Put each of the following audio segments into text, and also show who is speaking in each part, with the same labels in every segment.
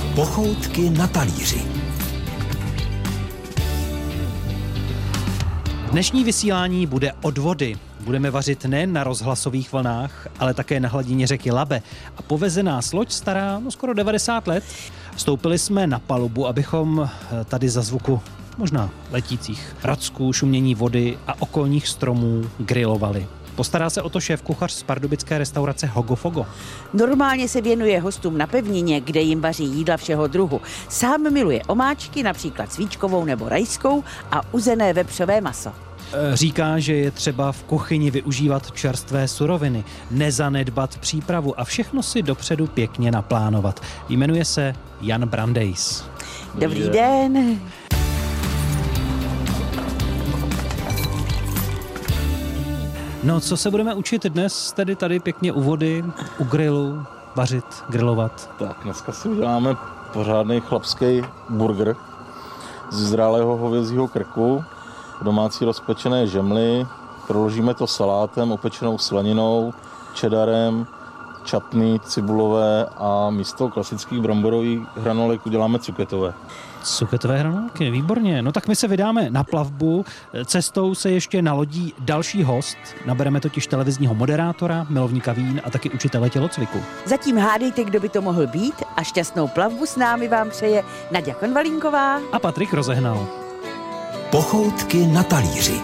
Speaker 1: Pochoutky na talíři.
Speaker 2: Dnešní vysílání bude od vody. Budeme vařit nejen na rozhlasových vlnách, ale také na hladině řeky Labe. A poveze nás loď stará skoro 90 let. Vstoupili jsme na palubu, abychom tady za zvuku možná letících racků, šumění vody a okolních stromů grilovali. Postará se o to šéfkuchař z pardubické restaurace Hogo Fogo.
Speaker 3: Normálně se věnuje hostům na pevnině, kde jim vaří jídla všeho druhu. Sám miluje omáčky, například svíčkovou nebo rajskou, a uzené vepřové maso.
Speaker 2: Říká, že je třeba v kuchyni využívat čerstvé suroviny, nezanedbat přípravu a všechno si dopředu pěkně naplánovat. Jmenuje se Jan Brandejs.
Speaker 3: Dobrý den.
Speaker 2: No, co se budeme učit dnes, tedy tady pěkně u vody, u grilu, vařit, grilovat?
Speaker 4: Tak, dneska si uděláme pořádný chlapský burger z zrálého hovězího krku, domácí rozpečené žemly, proložíme to salátem, opečenou slaninou, cheddarem, čatny, cibulové a místo klasických bramborových hranolek uděláme cuketové.
Speaker 2: Cuketové hranolky, výborně. No tak my se vydáme na plavbu. Cestou se ještě nalodí další host. Nabereme totiž televizního moderátora, milovníka vín a taky učitele tělocviku.
Speaker 3: Zatím hádejte, kdo by to mohl být, a šťastnou plavbu s námi vám přeje Naďa Konvalínková
Speaker 2: a Patrik Rozehnal.
Speaker 1: Pochoutky na talíři.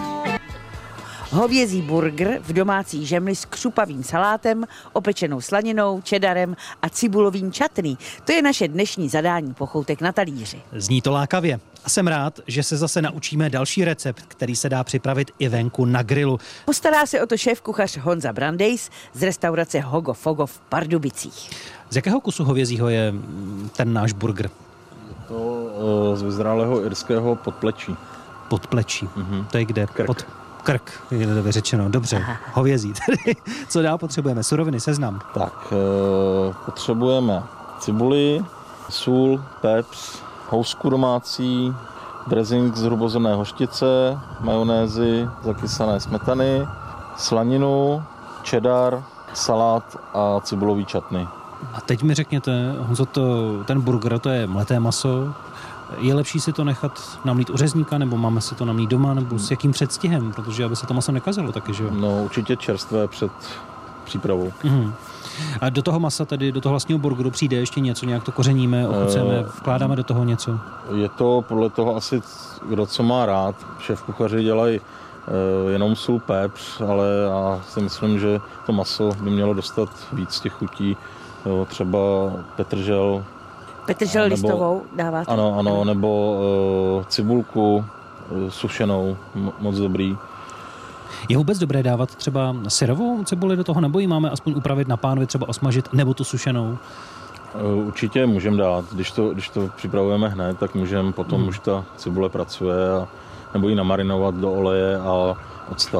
Speaker 3: Hovězí burger v domácí žemli s křupavým salátem, opečenou slaninou, cheddarem a cibulovým čatný. To je naše dnešní zadání pochoutek na talíři.
Speaker 2: Zní to lákavě. A jsem rád, že se zase naučíme další recept, který se dá připravit i venku na grilu.
Speaker 3: Postará se o to šéfkuchař Honza Brandejs z restaurace Hogo Fogo v Pardubicích.
Speaker 2: Z jakého kusu hovězího je ten náš burger?
Speaker 4: To z vyzrálého irského podplečí.
Speaker 2: Podplečí. To je kde?
Speaker 4: Krk.
Speaker 2: Krk, je to vyřečeno. Dobře, hovězí. Co dál potřebujeme? Suroviny, seznam.
Speaker 4: Tak, potřebujeme cibuli, sůl, pepř, housku domácí, dressing z hrubozené hořčice, majonézy, zakysané smetany, slaninu, cheddar, salát a cibulový čatny.
Speaker 2: A teď mi řekněte, Honzo, ten burger, to je mleté maso. Je lepší si to nechat namlít u řezníka, nebo máme si to namlít doma, nebo s jakým předstihem, protože aby se to maso nekazilo taky, že jo?
Speaker 4: No, určitě čerstvé před přípravou.
Speaker 2: A do toho masa, tedy do toho vlastního burgeru, přijde ještě něco, nějak to kořeníme, ochucujeme, vkládáme do toho něco?
Speaker 4: Je to podle toho asi, kdo co má rád. Šéfkuchaři dělají jenom sůl, pepř, ale já si myslím, že to maso by mělo dostat víc těch chutí, třeba petržel
Speaker 3: Listovou dáváte?
Speaker 4: Ano, nebo cibulku sušenou, moc dobrý.
Speaker 2: Je vůbec dobré dávat třeba syrovou cibuli do toho, nebo ji máme aspoň upravit na pánvi, třeba osmažit, nebo tu sušenou?
Speaker 4: Určitě můžeme dát. Když to připravujeme hned, tak můžeme, potom už ta cibule pracuje, nebo ji namarinovat do oleje a octa.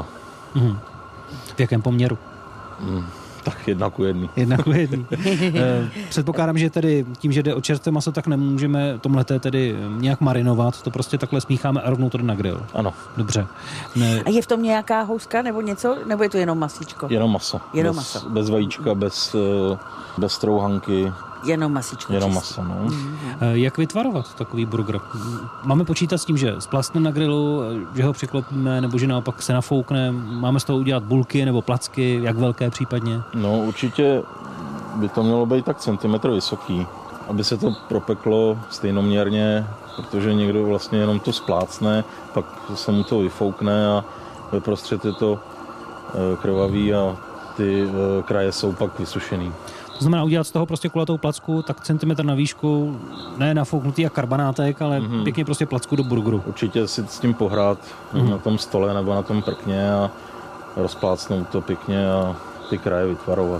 Speaker 2: V jakém poměru?
Speaker 4: Tak 1:1.
Speaker 2: 1:1. Předpokládám, že tedy tím, že jde o čerstvé maso, tak nemůžeme to mleté tedy nějak marinovat, to prostě takhle smícháme a rovnou to jde na grill. Ano. Dobře.
Speaker 3: A je v tom nějaká houska nebo něco, nebo je to jenom masíčko?
Speaker 4: Jenom maso. Bez vajíčka, bez strouhanky.
Speaker 3: Jenom masíčko.
Speaker 4: Jenom maso, no.
Speaker 2: Jak vytvarovat takový burger? Máme počítat s tím, že splastne na grilu, že ho přiklopíme, nebo že naopak se nafoukne? Máme z toho udělat bulky nebo placky, jak velké případně?
Speaker 4: No, určitě by to mělo být tak centimetr vysoký, aby se to propeklo stejnoměrně, protože někdo vlastně jenom to splácne, pak se mu to vyfoukne a ve prostřed je to krvavý a ty kraje jsou pak vysušený.
Speaker 2: To znamená udělat z toho prostě kulatou placku, tak centimetr na výšku, ne nafouknutý jak karbanátek, ale pěkně prostě placku do burgeru.
Speaker 4: Určitě si s tím pohrát na tom stole nebo na tom prkně a rozplácnout to pěkně a ty kraje vytvarovat.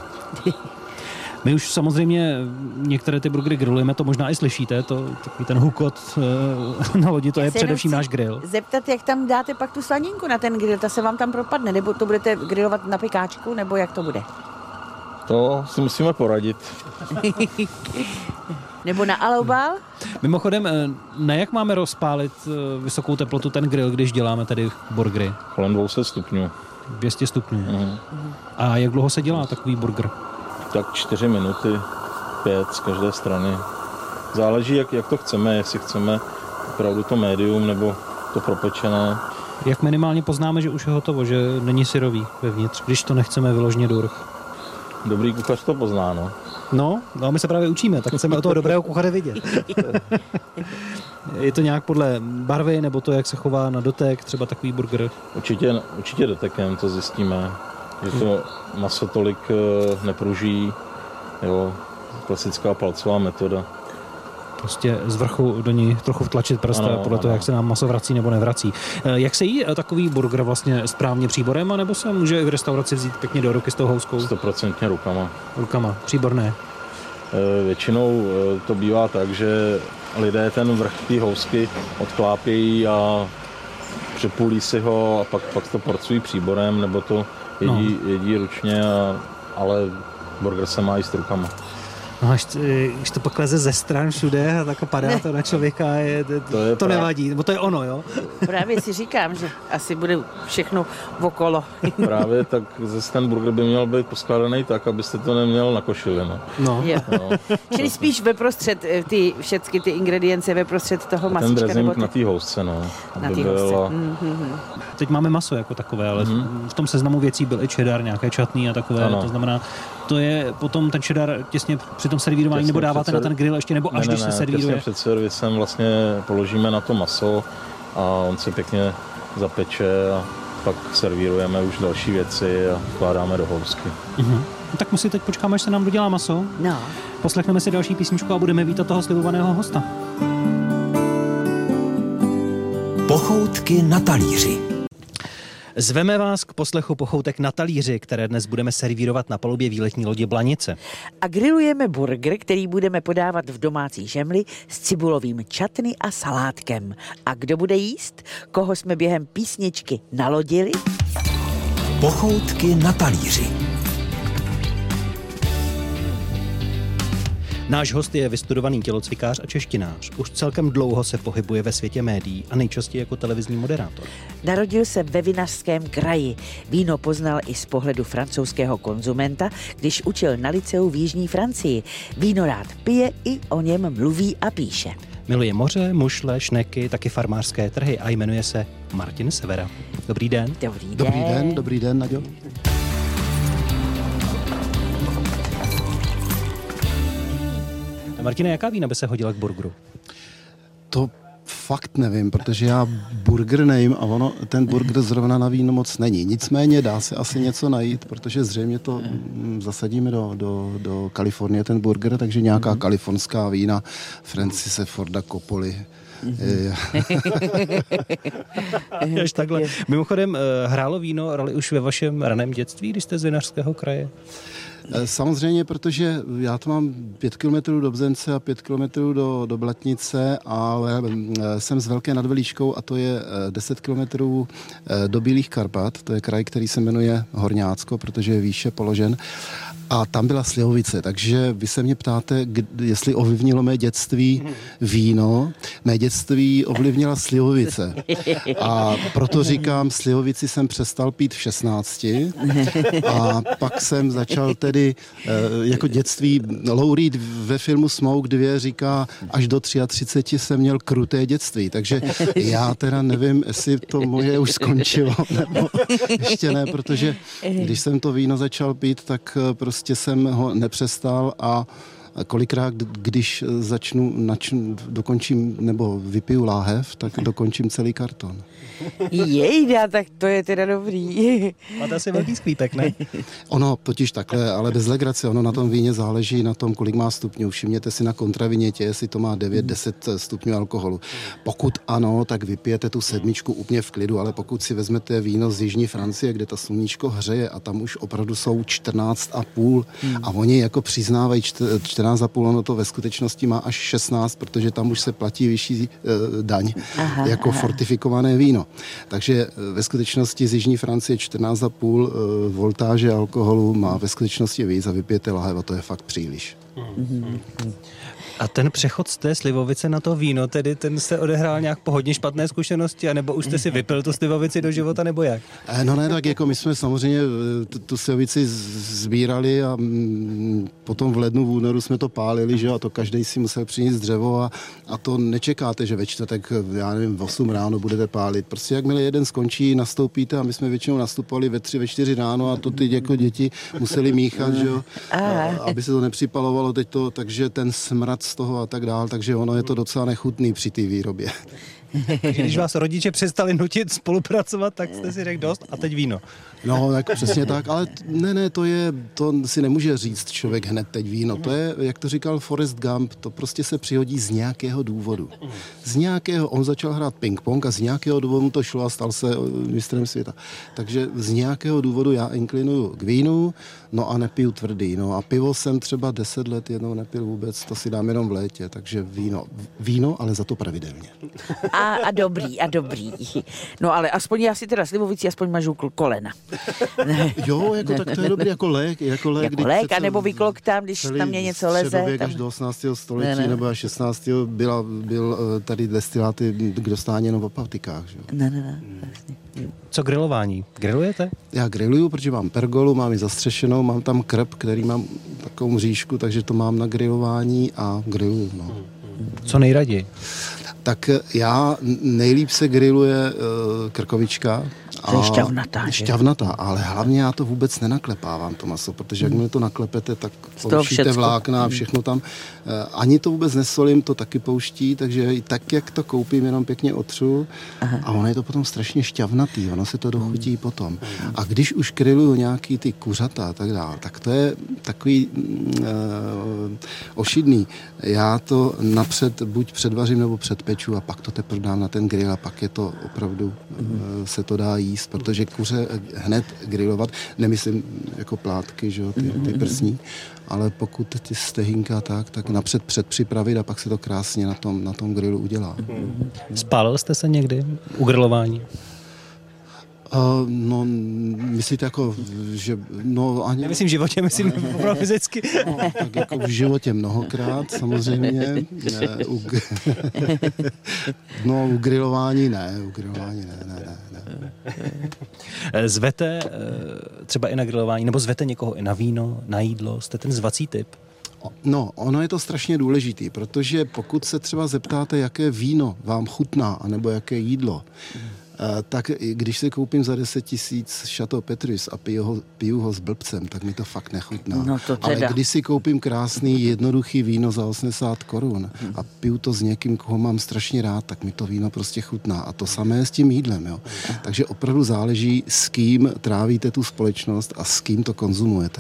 Speaker 2: My už samozřejmě některé ty burgery grillujeme, to možná i slyšíte, takový ten hukot na lodi, to je především náš grill.
Speaker 3: Zeptat, jak tam dáte pak tu slaninku na ten grill, ta se vám tam propadne, nebo to budete grillovat na pikáčku, nebo jak to bude?
Speaker 4: To si musíme poradit.
Speaker 3: Nebo na alobal?
Speaker 2: Mimochodem, na jak máme rozpálit vysokou teplotu ten grill, když děláme tady burgery?
Speaker 4: Kolem 200 stupňů.
Speaker 2: 200 stupňů. A jak dlouho se dělá takový burger?
Speaker 4: Tak 4 minuty, 5 z každé strany. Záleží, jak to chceme, jestli chceme opravdu to médium nebo to propečené.
Speaker 2: Jak minimálně poznáme, že už je hotovo, že není syrový vevnitř, když to nechceme vyloženě durch?
Speaker 4: Dobrý kuchař to pozná, no.
Speaker 2: No, a my se právě učíme, tak chceme o toho dobrého kuchaře vidět. Je to nějak podle barvy, nebo to, jak se chová na dotek, třeba takový burger?
Speaker 4: Určitě dotekem to zjistíme, že to maso tolik nepruží, jo, klasická palcová metoda.
Speaker 2: Prostě z vrchu do ní trochu vtlačit prst podle toho, jak se nám maso vrací nebo nevrací. Jak se jí takový burger vlastně správně příborem, anebo se může i v restauraci vzít pěkně do ruky s tou houskou?
Speaker 4: 100% rukama.
Speaker 2: Rukama, příborné.
Speaker 4: Většinou to bývá tak, že lidé ten vrch té housky odklápějí a přepůlí si ho a pak to porcují příborem, nebo to jedí ručně, ale burger se má jíst rukama.
Speaker 2: No až to pak leze ze stran všude a tak padá to na člověka, to nevadí, nebo to je ono, jo?
Speaker 3: Právě si říkám, že asi bude všechno okolo.
Speaker 4: Právě tak zase ten burger by měl být poskládaný tak, abyste to neměl na košili, no.
Speaker 3: Čili spíš veprostřed všechny ty ingredience veprostřed toho masíčka.
Speaker 4: Ten dressing na té housce, no.
Speaker 3: Na té housce.
Speaker 2: Teď máme maso jako takové, ale v tom seznamu věcí byl i cheddar, nějaké čatný a takové, to znamená, to je potom ten cheddar těsně při tom servírování, nebo dáváte na ten grill ještě, nebo až když se servíruje?
Speaker 4: Těsně před servisem vlastně položíme na to maso a on se pěkně zapeče a pak servírujeme už další věci a vkládáme do housky.
Speaker 2: No, tak my si teď počkáme, až se nám dodělá maso.
Speaker 3: No.
Speaker 2: Poslechneme si další písničku a budeme vítat toho slibovaného hosta.
Speaker 1: Pochoutky na talíři.
Speaker 2: Zveme vás k poslechu pochoutek na talíři, které dnes budeme servírovat na palubě výletní lodě Blanice.
Speaker 3: A grillujeme burger, který budeme podávat v domácí žemli s cibulovým čatny a salátkem. A kdo bude jíst? Koho jsme během písničky nalodili?
Speaker 1: Pochoutky na talíři.
Speaker 2: Náš host je vystudovaný tělocvikář a češtinář. Už celkem dlouho se pohybuje ve světě médií a nejčastěji jako televizní moderátor.
Speaker 3: Narodil se ve Vinařském kraji. Víno poznal i z pohledu francouzského konzumenta, když učil na lyceu v jižní Francii. Víno rád pije, i o něm mluví a píše.
Speaker 2: Miluje moře, mušle, šneky, taky farmářské trhy a jmenuje se Martin Severa. Dobrý den.
Speaker 5: Dobrý den, Naďo.
Speaker 2: Martine, jaká vína by se hodila k burgeru?
Speaker 5: To fakt nevím, protože já burger nejím a ten burger zrovna na víno moc není. Nicméně dá se asi něco najít, protože zřejmě to zasadíme do Kalifornie, ten burger, takže nějaká kalifornská vína Francise Forda Coppoli.
Speaker 2: Až takhle. Mimochodem, hrálo víno roli už ve vašem raném dětství, když jste z Vinařského kraje?
Speaker 5: Samozřejmě, protože já to mám 5 kilometrů do Bzence a 5 kilometrů do Blatnice, ale jsem z Velké nad Velíškou a to je 10 kilometrů do Bílých Karpat. To je kraj, který se jmenuje Horňácko, protože je výše položen. A tam byla slivovice, takže vy se mě ptáte, jestli ovlivnilo mé dětství víno. Mé dětství ovlivnila slivovice. A proto říkám, slivovici jsem přestal pít v 16. A pak jsem začal tedy jako dětství. Lou Reed ve filmu Smoke 2 říká, až do 33 jsem měl kruté dětství. Takže já teda nevím, jestli to moje už skončilo, nebo ještě ne, protože když jsem to víno začal pít, tak prostě jsem ho nepřestal a kolikrát, když dokončím nebo vypiju láhev, tak dokončím celý karton.
Speaker 3: Jejda, tak to je teda dobrý.
Speaker 2: Máte asi velký sklípek, ne?
Speaker 5: Ono totiž takhle, ale bez legrace, ono na tom víně záleží na tom, kolik má stupňů. Všimněte si na kontravinětě, jestli to má 9-10 stupňů alkoholu. Pokud ano, tak vypijete tu 7 úplně v klidu, ale pokud si vezmete víno z jižní Francie, kde ta sluníčko hřeje a tam už opravdu jsou 14,5 a oni jako přiznávají 14,5, ono to ve skutečnosti má až 16, protože tam už se platí vyšší daň jako fortifikované víno. Takže ve skutečnosti z jižní Francie 14,5 voltáže alkoholu má ve skutečnosti víc a vypijete lahev a to je fakt příliš.
Speaker 6: A ten přechod z té slivovice na to víno, tedy ten se odehrál nějak po hodně špatné zkušenosti, anebo už jste si vypil tu slivovici do života, nebo jak?
Speaker 5: No ne, tak jako my jsme samozřejmě tu slivovici sbírali a potom v lednu, v únoru jsme to pálili, že a to každý si musel přinést dřevo a to nečekáte, že ve čtvrtek, já nevím, v 8 ráno budete pálit. Prostě jakmile jeden skončí, nastoupíte a my jsme většinou nastupovali ve 3, ve 4 ráno a to ty jako děti museli míchat, že jo, aby se to nepřipalovalo teď to, takže ten smrad z toho a tak dál, takže ono je to docela nechutný při té výrobě.
Speaker 6: Když vás rodiče přestali nutit spolupracovat, tak jste si řekl dost a teď víno.
Speaker 5: No, tak přesně tak, ale ne, to si nemůže říct člověk hned teď víno. To je, jak to říkal Forrest Gump, to prostě se přihodí z nějakého důvodu. On začal hrát ping-pong a z nějakého důvodu to šlo a stal se mistrem světa. Takže z nějakého důvodu já inklinuju k vínu, no a nepiju tvrdý. No a pivo jsem třeba 10 let jednou nepil vůbec, to si dám jenom v létě, takže víno, ale za to pravidelně.
Speaker 3: A dobrý. No ale aspoň já si teda slivovici aspoň mažu kolena.
Speaker 5: Jo, jako tak to je dobrý jako lék. Jako lék,
Speaker 3: anebo vyklok tam, když tam mě něco leze.
Speaker 5: Středověk až do 18. století nebo až 16. byl tady destiláty k dostání jenom v opavtikách.
Speaker 3: Ne.
Speaker 6: Co grilování? Grilujete?
Speaker 5: Já griluju, protože mám pergolu, mám ji zastřešenou, mám tam krb, který mám takovou mřížku, takže to mám na grilování a griluju. No.
Speaker 6: Co nejraději?
Speaker 5: Tak já nejlíp se grilluje krkovička.
Speaker 3: To je
Speaker 5: šťavnatá, ale hlavně já to vůbec nenaklepávám, to maso, protože jakmile to naklepete, tak pouštíte vlákna a všechno tam. Ani to vůbec nesolím, to taky pouští, takže i tak, jak to koupím, jenom pěkně otřu a ono je to potom strašně šťavnatý, ono se to dochutí potom. A když už grilluju nějaký ty kuřata a tak dále, tak to je takový ošidný. Já to napřed buď předvařím nebo předpeču a pak to teprve dám na ten grill a pak je to opravdu, se to dá jíst, protože kuře hned grillovat, nemyslím jako plátky, že jo, ty prsní, ale pokud ty stehínka tak napřed předpřipravit a pak se to krásně na tom grillu udělá.
Speaker 6: Spálil jste se někdy u grilování?
Speaker 5: No, myslíte jako, že... No, ani...
Speaker 6: Nemyslím v životě, myslím opravdu fyzicky.
Speaker 5: No, tak jako v životě mnohokrát, samozřejmě. U grilování ne.
Speaker 6: Zvete třeba i na grilování, nebo zvete někoho i na víno, na jídlo? Jste ten zvací typ?
Speaker 5: No, ono je to strašně důležitý, protože pokud se třeba zeptáte, jaké víno vám chutná, anebo jaké jídlo, tak když si koupím za 10 000 Chateau Petrus a piju ho s blbcem, tak mi to fakt nechutná.
Speaker 3: No
Speaker 5: ale když si koupím krásný, jednoduchý víno za 80 korun a piju to s někým, koho mám strašně rád, tak mi to víno prostě chutná. A to samé s tím jídlem. Jo. Takže opravdu záleží, s kým trávíte tu společnost a s kým to konzumujete.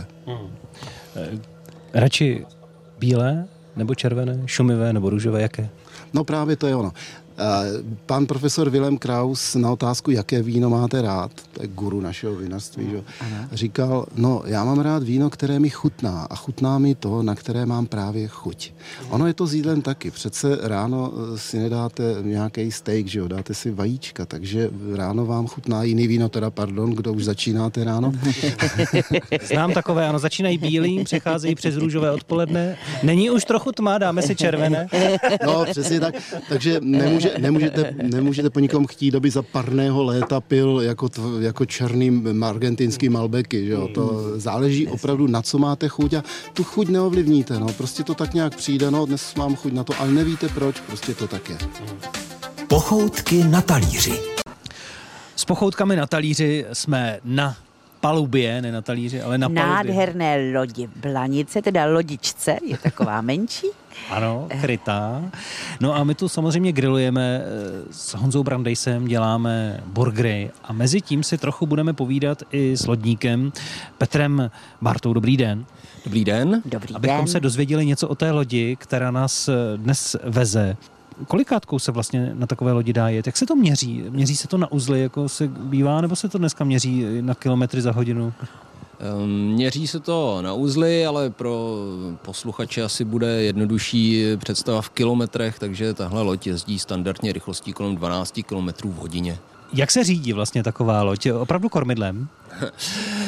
Speaker 6: Radši bílé nebo červené, šumivé nebo růžové, jaké?
Speaker 5: No právě to je ono. Pan profesor Wilhelm Krauss na otázku, jaké víno máte rád, to je guru našeho vinařství, že? Říkal, no já mám rád víno, které mi chutná a chutná mi to, na které mám právě chuť. Ono je to s jídlem taky, přece ráno si nedáte nějaký steak, že jo, dáte si vajíčka, takže ráno vám chutná jiný víno, kdo už začínáte ráno.
Speaker 6: Znám takové, ano, začínají bílým, přecházejí přes růžové odpoledne, není už trochu tma, dáme si červené.
Speaker 5: No přesně tak, takže nemůžete po nikom chtít, aby za parného léta pil jako černý argentinský Malbeky, že jo? To záleží opravdu, na co máte chuť a tu chuť neovlivníte, no. Prostě to tak nějak přijde, no, dnes mám chuť na to, ale nevíte proč, prostě to tak je.
Speaker 1: Pochoutky na talíři.
Speaker 2: S pochoutkami na talíři jsme na palubě, ne na talíři, ale na palubě.
Speaker 3: Nádherné lodi Blanice, teda lodičce, je taková menší.
Speaker 2: Ano, krytá. No a my tu samozřejmě grillujeme s Honzou Brandejsem, děláme burgery a mezi tím si trochu budeme povídat i s lodníkem Petrem Bartou. Dobrý den.
Speaker 7: Dobrý den.
Speaker 2: Abychom se dozvěděli něco o té lodi, která nás dnes veze. Kolikátkou se vlastně na takové lodi dá jet? Jak se to měří? Měří se to na uzly, jako se bývá, nebo se to dneska měří na kilometry za hodinu?
Speaker 7: Měří se to na uzly, ale pro posluchače asi bude jednodušší představa v kilometrech, takže tahle loď jezdí standardně rychlostí kolem 12 km v hodině.
Speaker 2: Jak se řídí vlastně taková loď? Opravdu kormidlem?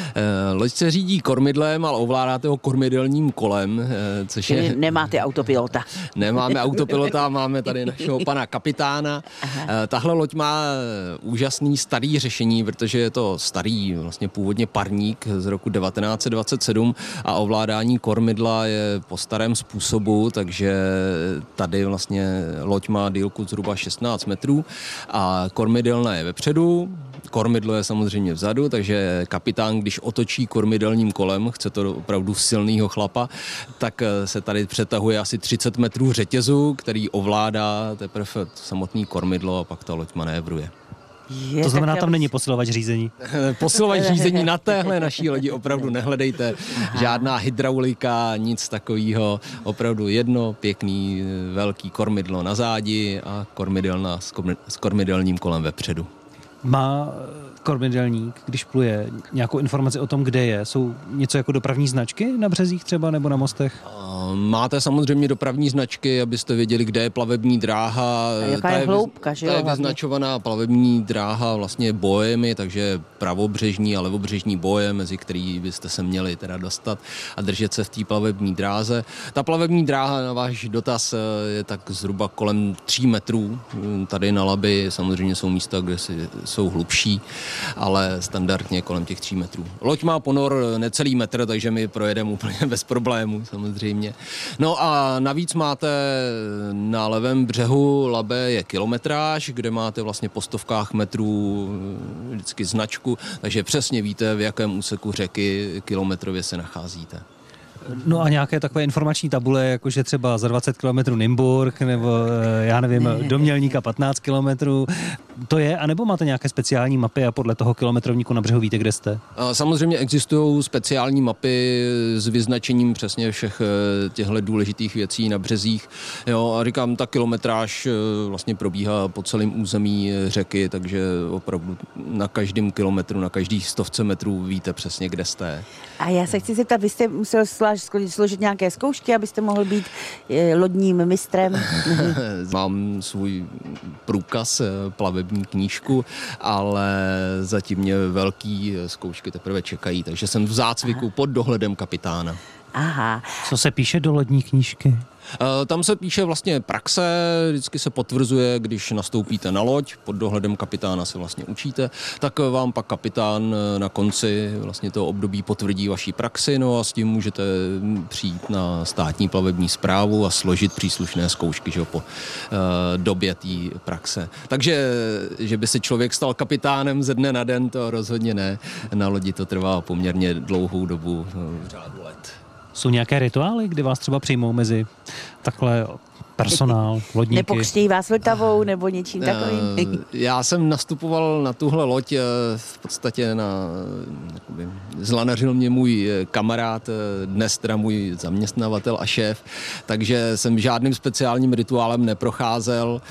Speaker 7: Loď se řídí kormidlem, ale ovládáte ho kormidelním kolem, což je...
Speaker 3: Nemáte autopilota.
Speaker 7: Nemáme autopilota, máme tady našeho pana kapitána. Tahle loď má úžasný starý řešení, protože je to starý vlastně původně parník z roku 1927 a ovládání kormidla je po starém způsobu, takže tady vlastně loď má délku zhruba 16 metrů a kormidelna je vepředu, kormidlo je samozřejmě vzadu, takže kapitán, když otočí kormidelním kolem, chce to opravdu silného chlapa, tak se tady přetahuje asi 30 metrů řetězu, který ovládá teprve samotný kormidlo a pak ta loď manévruje.
Speaker 2: To znamená, tam není posilovač řízení.
Speaker 7: Posilovač řízení na téhle naší lodi opravdu nehledejte. Žádná hydraulika, nic takového. Opravdu jedno pěkný velký kormidlo na zádi a kormidelna s kormidelním kolem vepředu.
Speaker 2: Má kormidelník, když pluje, nějakou informaci o tom, kde je? Jsou něco jako dopravní značky na březích třeba nebo na mostech?
Speaker 7: Máte samozřejmě dopravní značky, abyste věděli, kde je plavební dráha.
Speaker 3: A jaká je hloubka, že jo?
Speaker 7: To je vyznačovaná plavební dráha vlastně bojemi, takže pravobřežní a levobřežní boje, mezi který byste se měli teda dostat a držet se v té plavební dráze. Ta plavební dráha na váš dotaz je tak zhruba kolem 3 metrů. Tady na Labi samozřejmě jsou místa, kde jsou hlubší, ale standardně kolem těch 3 metrů. Loď má ponor necelý metr, takže my projedeme úplně bez problémů samozřejmě. No a navíc máte na levém břehu Labe je kilometráž, kde máte vlastně po stovkách metrů vždycky značku, takže přesně víte, v jakém úseku řeky kilometrově se nacházíte.
Speaker 2: No a nějaké takové informační tabule, jakože třeba za 20 km Nymburk, nebo já nevím, do Mělníka 15 km, to je, anebo máte nějaké speciální mapy a podle toho kilometrovníku na břehu víte, kde jste?
Speaker 7: Samozřejmě existují speciální mapy s vyznačením přesně všech těchto důležitých věcí na březích. Jo, a říkám, ta kilometráž vlastně probíhá po celém území řeky, takže opravdu na každém kilometru, na každých 100 metrů víte přesně, kde jste.
Speaker 3: A já se chci zeptat, vy jste musel složit nějaké zkoušky, abyste mohl být lodním mistrem?
Speaker 7: Mám svůj průkaz, plavební knížku, ale zatím mě velký zkoušky teprve čekají, takže jsem v zácviku pod dohledem kapitána.
Speaker 3: Aha.
Speaker 2: Co se píše do lodní knížky?
Speaker 7: Tam se píše vlastně praxe, vždycky se potvrzuje, když nastoupíte na loď, pod dohledem kapitána se vlastně učíte, tak vám pak kapitán na konci vlastně toho období potvrdí vaší praxi, no a s tím můžete přijít na státní plavební správu a složit příslušné zkoušky, že po době té praxe. Takže, že by se člověk stal kapitánem ze dne na den, to rozhodně ne. Na lodi to trvá poměrně dlouhou dobu, řádu let.
Speaker 2: Jsou nějaké rituály, kdy vás třeba přijmou mezi takhle personál, lodníky?
Speaker 3: Nepokřtějí vás Vltavou nebo něčím takovým?
Speaker 7: Já jsem nastupoval na tuhle loď v podstatě zlanařil mě můj kamarád, dnes teda můj zaměstnavatel a šéf, takže jsem žádným speciálním rituálem neprocházel.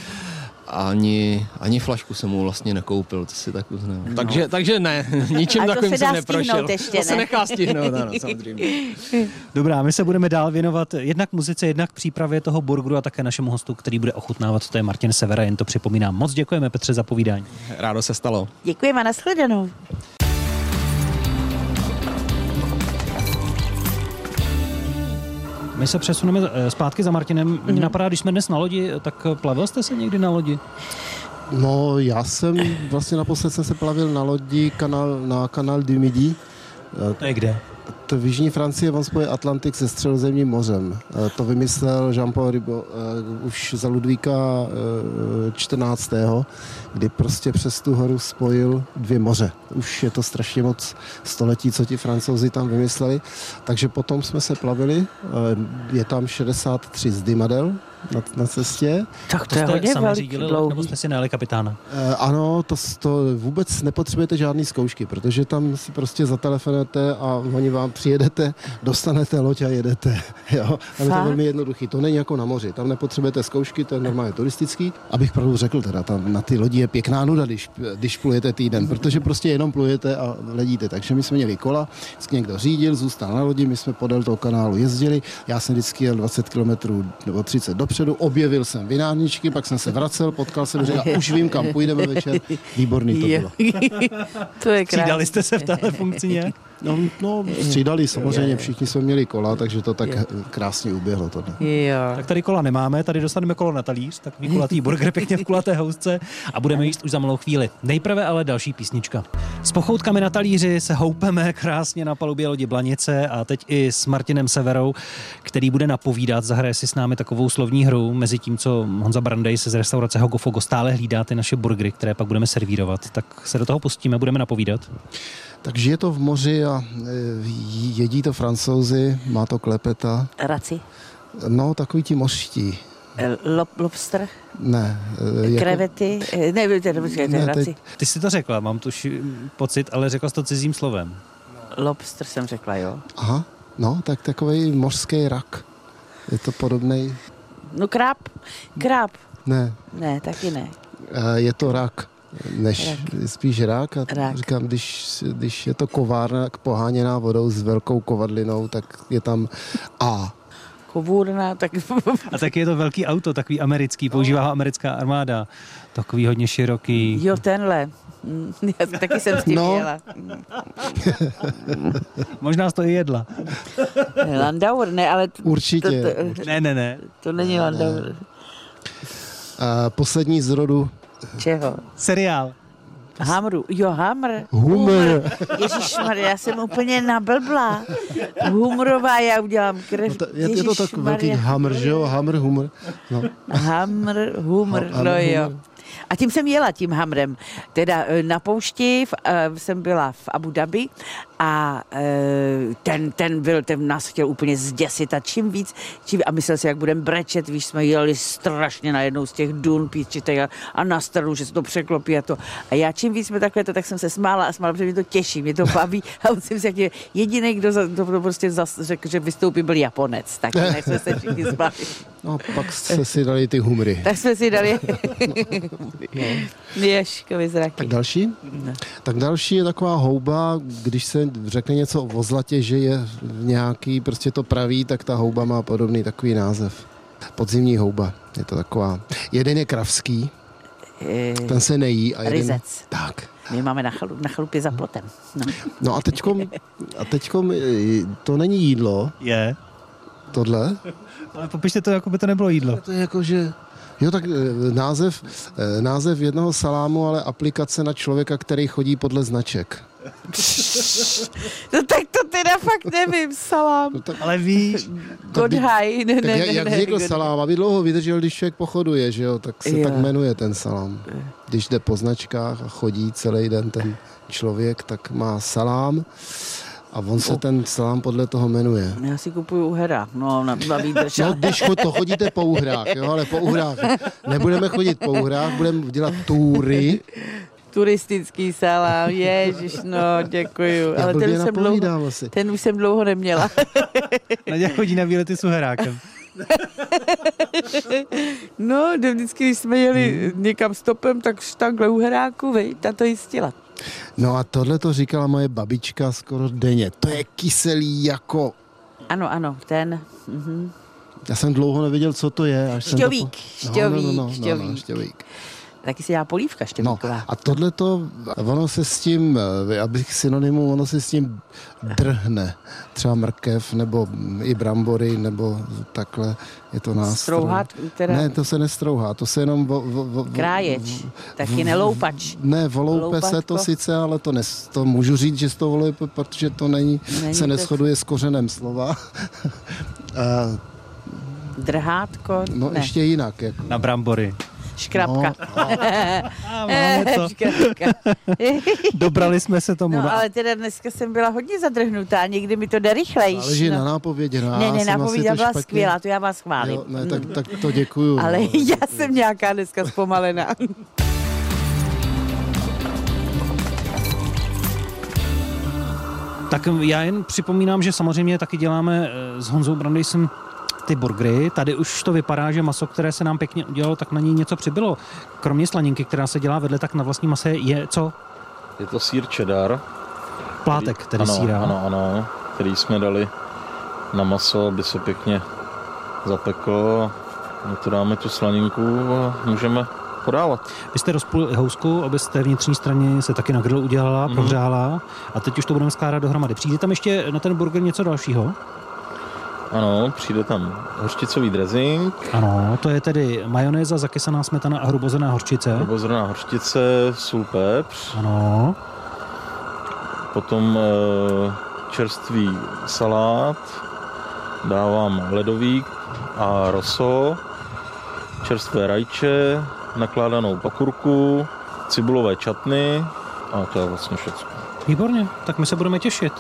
Speaker 7: Ani flašku jsem mu vlastně nekoupil, to si tak uznám. No. Takže ne, ničím takovým jsem neprošel. To se nechá stihnout, ano, samozřejmě.
Speaker 2: Dobrá, my se budeme dál věnovat jednak muzice, jednak přípravě toho burgeru a také našemu hostu, který bude ochutnávat, to je Martin Severa, jen to připomínám. Moc děkujeme, Petře, za povídání.
Speaker 7: Rádo se stalo.
Speaker 3: Děkujeme, nashledanou.
Speaker 2: My se přesuneme zpátky za Martinem. Mě napadá, když jsme dnes na lodi, tak plavil jste se někdy na lodi?
Speaker 5: No, já jsem vlastně naposled jsem se plavil na lodi na Canal du Midi.
Speaker 2: To je kde?
Speaker 5: To v jižní Francii on spojuje Atlantik se Středozemním mořem. To vymyslel Jean-Paul Rigaud už za Ludvíka 14., kdy prostě přes tu horu spojil 2 moře. Už je to strašně moc století, co ti Francouzi tam vymysleli. Takže potom jsme se plavili, je tam 63 zdymadel na cestě.
Speaker 3: Tak to je hodně velký, dlouhý.
Speaker 2: Nebo jste si najeli kapitána?
Speaker 5: Ano, to vůbec nepotřebujete žádný zkoušky, protože tam si prostě zatelefonujete a oni vám přijedete, dostanete loď a jedete. Jo? Tam je to velmi jednoduchý, to není jako na moři, tam nepotřebujete zkoušky, to je normálně turistický. Abych pravdu řekl, teda tam na ty lodi je pěkná nuda, když plujete týden, protože prostě jenom plujete a ledíte. Takže my jsme měli kola, vždycky někdo řídil, zůstal na lodi, my jsme podél toho kanálu jezdili, já jsem vždycky jel 20 km nebo 30 dopředu, objevil jsem vinárničky, pak jsem se vracel, potkal jsem, řekl, už vím, kam půjdeme večer. Výborný to bylo.
Speaker 3: To je krásné.
Speaker 2: Střídali jste se v téhle funkci nějak?
Speaker 5: No, střídali samozřejmě, všichni jsme měli kola, takže to tak krásně uběhlo tohle.
Speaker 3: Jo.
Speaker 2: Tak tady kola nemáme, tady dostaneme kolo na talíř, takový kulatý burger pěkně v kulaté housce a budeme jíst už za malou chvíli. Nejprve ale další písnička. S pochoutkami na talíři se houpeme krásně na palubě lodi Blanice a teď i s Martinem Severou, který bude napovídat, zahraje si s námi takovou slovní hru, mezi tím, co Honza Brandej se z restaurace Hogofogo stále hlídá ty naše burgery, které pak budeme servírovat. Tak se do toho pustíme, budeme napovídat.
Speaker 5: Tak žije to v moři a jedí to Francouzi, má to klepeta.
Speaker 3: Raci?
Speaker 5: No, takový ti mořští.
Speaker 3: Lobster?
Speaker 5: Ne.
Speaker 3: Krevety? Ne, raci.
Speaker 2: Ty jsi to řekla, mám tu pocit, ale řekla jsi to cizím slovem.
Speaker 3: Lobster jsem řekla, jo.
Speaker 5: Aha, no, tak takový mořský rak. Je to podobnej.
Speaker 3: No kráb.
Speaker 5: Ne.
Speaker 3: Ne, taky ne.
Speaker 5: Je to rak. Spíš rak. A
Speaker 3: rak.
Speaker 5: Říkám, když je to kovárna poháněná vodou s velkou kovadlinou, tak je tam A.
Speaker 3: Kovůrna, tak...
Speaker 2: A taky je to velký auto, takový americký, používá ho americká armáda. Takový hodně široký.
Speaker 3: Jo, tenhle. Já taky jsem s tím jela.
Speaker 2: Možná jsi to i jedla.
Speaker 3: Landauer, ne, ale...
Speaker 5: Určitě.
Speaker 2: Ne.
Speaker 3: To není Landauer.
Speaker 5: Poslední z rodu.
Speaker 3: Čeho?
Speaker 2: Seriál.
Speaker 3: Hamru. Jo, Hamr.
Speaker 5: Humor.
Speaker 3: Ježišmarja, já jsem úplně nablblá. Humrová, já udělám krev.
Speaker 5: No je to tak velký hamr, že jo? Hamr, humor. No.
Speaker 3: Humor, no jo. A tím jsem jela, tím hamrem. Teda na poušti jsem byla v Abu Dhabi a ten nás chtěl úplně zděsit a čím víc, a myslel si, jak budeme brečet, víš, jsme jeli strašně na jednou z těch dun píčitej a na stranu, že se to překlopí a to. A já čím víc jsme takhle to, tak jsem se smála, protože mě to těší, mě to baví a on jsem si jak jediný, kdo to prostě řekl, že vystoupí, byl Japonec, tak jsme se všichni smáli.
Speaker 5: No, pak se si dali ty humry.
Speaker 3: Tak jsme si dali Ježkovi zraky.
Speaker 5: Tak další?
Speaker 3: No.
Speaker 5: Tak další je taková houba, když se řekne něco o zlatě, že je nějaký, prostě to praví, tak ta houba má podobný takový název. Podzimní houba. Je to taková. Jeden je kravský, ten se nejí. A jeden...
Speaker 3: Ryzec.
Speaker 5: Tak.
Speaker 3: My máme na chalupě za plotem.
Speaker 5: No a teďkom to není jídlo.
Speaker 2: Je.
Speaker 5: Tohle.
Speaker 2: Ale popište to, jako by to nebylo jídlo.
Speaker 5: To je jako, že... Jo, tak název jednoho salámu, ale aplikace na člověka, který chodí podle značek.
Speaker 3: No tak to teda fakt nevím, salám.
Speaker 5: No, tak,
Speaker 2: ale víš...
Speaker 3: Godhaj.
Speaker 5: Jak vznikl salám, aby dlouho vydržel, když člověk pochoduje, že jo, tak se tak jmenuje ten salám. Když jde po značkách a chodí celý den ten člověk, tak má salám. A on se ten salám podle toho jmenuje.
Speaker 3: Já si kupuju u Hera. No, na výdrž.
Speaker 5: No, když to chodíte po uhrách, jo, ale po uhrách. Nebudeme chodit po uhrách, budeme dělat túry.
Speaker 3: Turistický salám, ježiš, no, děkuju. Ale ten už jsem dlouho neměla.
Speaker 2: Naděja chodí na výlety s uherákem.
Speaker 3: No, vždycky, když jsme jeli někam stopem, tak takhle u Heráku, ta to jistila.
Speaker 5: No a tohle to říkala moje babička skoro denně. To je kyselý jako...
Speaker 3: Ano, ten. Mhm.
Speaker 5: Já jsem dlouho nevěděl, co to je.
Speaker 3: Šťovík.
Speaker 5: Šťovík.
Speaker 3: Taky si dá polívka šťovíková.
Speaker 5: No, a tohleto, ono se s tím, abych synonymu, ono se s tím drhne. Třeba mrkev, nebo i brambory, nebo takhle je to nástroj.
Speaker 3: Strouhat? Teda...
Speaker 5: Ne, to se nestrouhá, to se jenom...
Speaker 3: Kráječ, taky neloupač.
Speaker 5: Ne, voloupe se to sice, ale to můžu říct, že to voloupe, protože to není se neshoduje s kořenem slova.
Speaker 3: Drhátko?
Speaker 5: No
Speaker 3: ne.
Speaker 5: Ještě jinak. Jako.
Speaker 2: Na brambory.
Speaker 3: Škrabka.
Speaker 2: Máme to. Dobrali jsme se tomu.
Speaker 3: No, ale teda dneska jsem byla hodně zadrhnutá, někdy mi to jde rychlejš.
Speaker 5: Ale na nápovědě. No,
Speaker 3: ne, nápovědě byla skvělá, to já vás chválím.
Speaker 5: Jo, ne, tak to děkuju.
Speaker 3: Ale já jsem nějaká dneska zpomalená.
Speaker 2: Tak já jen připomínám, že samozřejmě taky děláme s Honzou Brandejsem ty burgery. Tady už to vypadá, že maso, které se nám pěkně udělalo, tak na ní něco přibylo. Kromě slaninky, která se dělá vedle, tak na vlastní mase je co?
Speaker 4: Je to sýr cheddar.
Speaker 2: Plátek, tedy sýra.
Speaker 4: Ano, který jsme dali na maso, aby se pěkně zapeklo. My to dáme tu slaninku a můžeme podávat.
Speaker 2: Vy jste rozpůl housku, abyste vnitřní straně se taky na grill udělala, prohřála a teď už to budeme skládat dohromady. Přijde tam ještě na ten burger něco dalšího?
Speaker 4: Ano, přijde tam hořčicový dressing.
Speaker 2: Ano, to je tedy majonéza, zakysaná smetana a hrubozená hořčice.
Speaker 4: Hrubozená hořčice, sůl, pepř.
Speaker 2: Ano.
Speaker 4: Potom čerstvý salát. Dávám ledový a roso. Čerstvé rajče, nakládanou pakurku, cibulové čatny a to je vlastně všechno.
Speaker 2: Výborně, tak my se budeme těšit.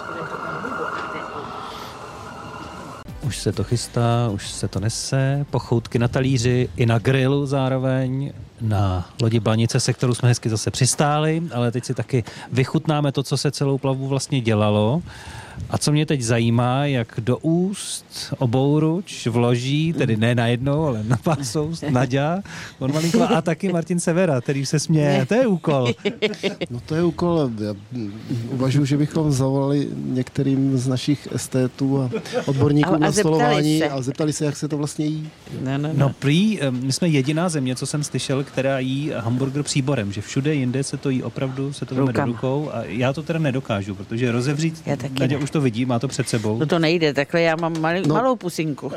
Speaker 2: Už se to chystá, už se to nese, pochoutky na talíři i na grilu zároveň, na lodi Blanice, se kterou jsme hezky zase přistáli, ale teď si taky vychutnáme to, co se celou plavbu vlastně dělalo. A co mě teď zajímá, jak do úst obouruč vloží, tedy ne najednou, ale na pár soust, Naďa Konvalinková a taky Martin Severa, který se směje. To je úkol.
Speaker 5: No to je úkol. Já uvažuji, že bychom zavolali některým z našich estétů a odborníků na stolování a zeptali se, jak se to vlastně jí.
Speaker 2: No prý, my jsme jediná země, co jsem slyšel, která jí hamburger příborem, že všude jinde se to jí opravdu, se to veme do rukou a já to teda nedokážu, protože rozevřít, Naďa už to vidí, má to před sebou.
Speaker 3: No to nejde, takhle já mám malou pusinku.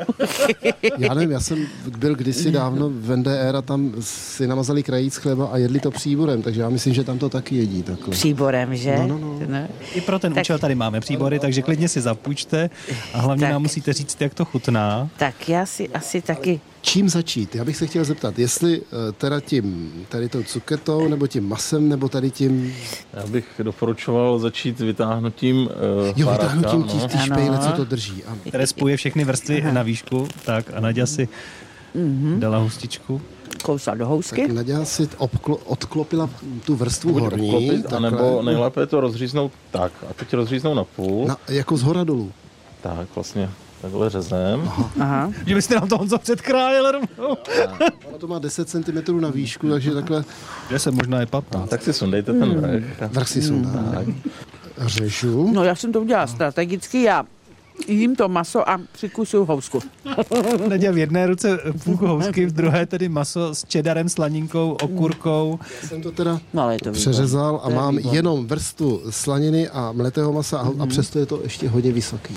Speaker 5: Já nevím, já jsem byl kdysi dávno v NDR a tam si namazali krajíc chleba a jedli to příborem, takže já myslím, že tam to taky jedí takhle.
Speaker 3: Příborem, že?
Speaker 5: No.
Speaker 2: I pro ten účel tady máme příbory, takže klidně si zapůjčte a hlavně nám musíte říct, jak to chutná.
Speaker 3: Tak já si asi taky...
Speaker 5: Čím začít? Já bych se chtěl zeptat, jestli teda tady tou cuketou, nebo tím masem, nebo tady tím...
Speaker 4: Já bych doporučoval začít vytáhnutím
Speaker 5: vytáhnutím ty špejle, co to drží. Ano.
Speaker 2: Které spojuje všechny vrstvy na výšku. Tak a Naďa si dala hustičku.
Speaker 3: Kousla do housky.
Speaker 5: Tak Naďa si odklopila tu vrstvu horní.
Speaker 4: Anebo nejlépe je to rozříznout tak. A teď rozříznout na půl.
Speaker 5: Jako zhora dolů.
Speaker 4: Tak, vlastně takhle řezem.
Speaker 3: Aha.
Speaker 2: Že byste nám to Honzo předkrájel rovnou.
Speaker 5: Ono to má 10 cm na výšku, takže takhle...
Speaker 2: 10, možná je 15.
Speaker 4: Tak si sundejte ten vrch.
Speaker 5: Vrch si sundám. Řežu.
Speaker 3: No já jsem to udělala strategicky, já jím to maso a přikusuju housku.
Speaker 2: Naděja v jedné ruce půlku housky, v druhé tedy maso s čedarem, slaninkou, okurkou.
Speaker 5: Já jsem to teda
Speaker 3: ale to
Speaker 5: přeřezal a mám jenom vrstvu slaniny a mletého masa a přesto je to ještě hodně vysoký.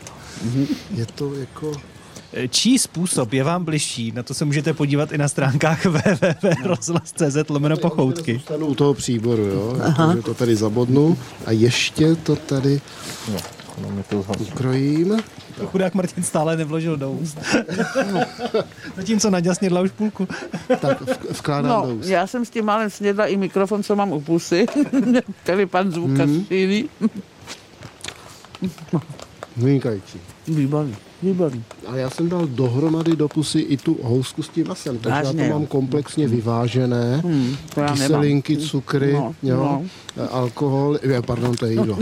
Speaker 5: Je to jako...
Speaker 2: Čí způsob je vám bližší? Na to se můžete podívat i na stránkách www.rozhlas.cz/pochoutky.
Speaker 5: Zůstanu u toho příboru, jo. Takže to tady zabodnu a ještě to tady ukrojím.
Speaker 2: Chudák Martin stále nevložil do úst. Zatímco Naďa snědla už půlku.
Speaker 5: Tak vkládám do úst.
Speaker 3: Já jsem s tím málem snědla i mikrofon, co mám u pusy. Tady pan zvukař stýlí.
Speaker 5: Vynikající.
Speaker 3: Výborný.
Speaker 5: A já jsem dal dohromady do pusy i tu housku s tím masem, takže
Speaker 3: Vážně,
Speaker 5: já to mám komplexně vyvážené. Kyselinky, cukry, alkohol, to je jídlo.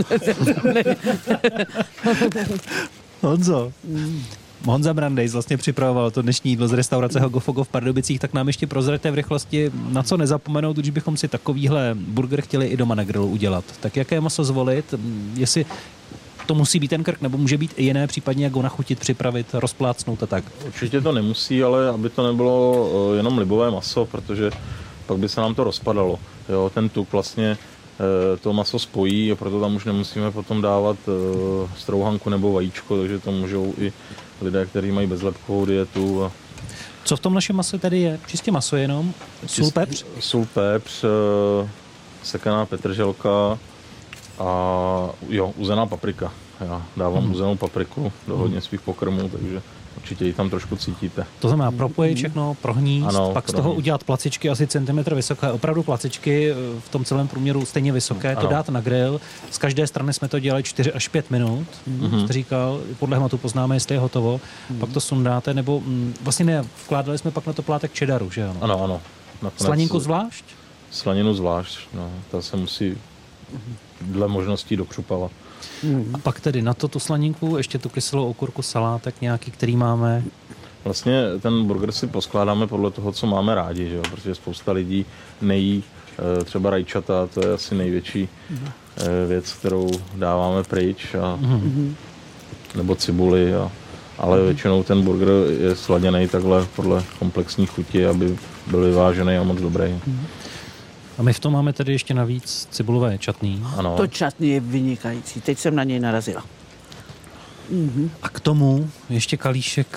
Speaker 2: Honzo. Honza Brandejs vlastně připravoval to dnešní jídlo z restaurace Hogofogo v Pardubicích, tak nám ještě prozraďte v rychlosti, na co nezapomenout, když bychom si takovýhle burger chtěli i doma na grilu udělat. Tak jaké maso zvolit, jestli to musí být ten krk, nebo může být i jiné, případně jak ho nachutit, připravit, rozplácnout a tak?
Speaker 4: Určitě to nemusí, ale aby to nebylo jenom libové maso, protože pak by se nám to rozpadalo. Jo, ten tuk vlastně to maso spojí a proto tam už nemusíme potom dávat strouhanku nebo vajíčko, takže to můžou i lidé, kteří mají bezlepkovou dietu.
Speaker 2: Co v tom našem maso tady je? Čistě maso jenom? Sůl, pepř?
Speaker 4: Sůl, pepř, sekaná petrželka a uzená paprika. Já dávám uzenou papriku do hodně svých pokrmů, takže určitě ji tam trošku cítíte.
Speaker 2: To znamená propojit všechno, prohníst, ano, pak z toho udělat placičky asi centimetr vysoké, opravdu placičky v tom celém průměru stejně vysoké, to dát na grill. Z každé strany jsme to dělali 4 až 5 minut, jste říkal, podle hmatu poznáme, jestli je hotovo, pak to sundáte, nebo vlastně ne, vkládali jsme pak na to plátek čedaru, že ano?
Speaker 4: Ano.
Speaker 2: Slaninku zvlášť?
Speaker 4: Slaninu zvlášť, no, ta se musí dle možností dokřupavat.
Speaker 2: A pak tedy na to tu slaninku, ještě tu kyselou okurku, salátek nějaký, který máme.
Speaker 4: Vlastně ten burger si poskládáme podle toho, co máme rádi, že jo? Protože spousta lidí nejí třeba rajčata, to je asi největší věc, kterou dáváme pryč, nebo cibuli, ale většinou ten burger je sladěný takhle podle komplexní chuti, aby byl vyvážený a moc dobrý.
Speaker 2: A my v tom máme tedy ještě navíc cibulové čatný.
Speaker 4: Ano.
Speaker 3: To čatný je vynikající. Teď jsem na něj narazila.
Speaker 2: A k tomu ještě kalíšek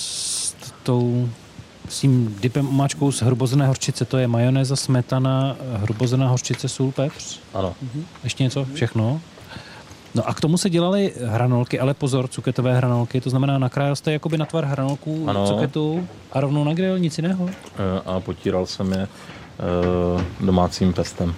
Speaker 2: s tím dipem omáčkou z hrubozené hořčice. To je majonéza, smetana, hrubozená hořčice, sůl, pepř.
Speaker 4: Ano.
Speaker 2: Ještě něco? Všechno? No a k tomu se dělaly hranolky, ale pozor, cuketové hranolky, to znamená nakrájel jste jakoby na tvar hranolku, cuketu a rovnou na grill, nic jiného?
Speaker 4: A potíral jsem je domácím pestem.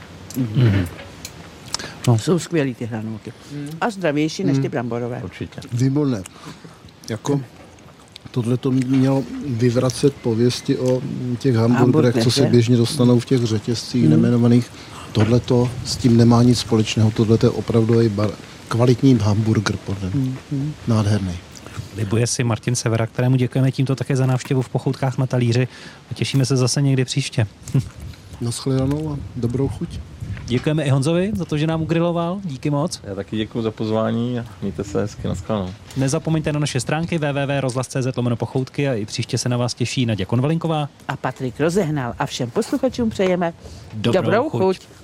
Speaker 3: No. Jsou skvělý ty hranolky. A zdravější než ty bramborové.
Speaker 4: Určitě.
Speaker 5: Výborné. Jako tohle to mělo vyvracet pověsti o těch hamburgerech, co se běžně dostanou v těch řetězcích nejmenovaných. Tohle to s tím nemá nic společného. Tohle je opravdový kvalitní hamburger podle mě. Nádherný.
Speaker 2: Libuje si Martin Severa, kterému děkujeme tímto také za návštěvu v Pochoutkách na talíři a těšíme se zase někdy příště.
Speaker 5: Nashledanou a dobrou chuť.
Speaker 2: Děkujeme i Honzovi za to, že nám ugriloval. Díky moc.
Speaker 4: Já taky děkuji za pozvání a mějte se hezky, nashledanou.
Speaker 2: Nezapomeňte na naše stránky www.rozhlas.cz/pochoutky a i příště se na vás těší Naděja Konvalinková
Speaker 3: a Patrik Rozehnal a všem posluchačům přejeme dobrou chuť.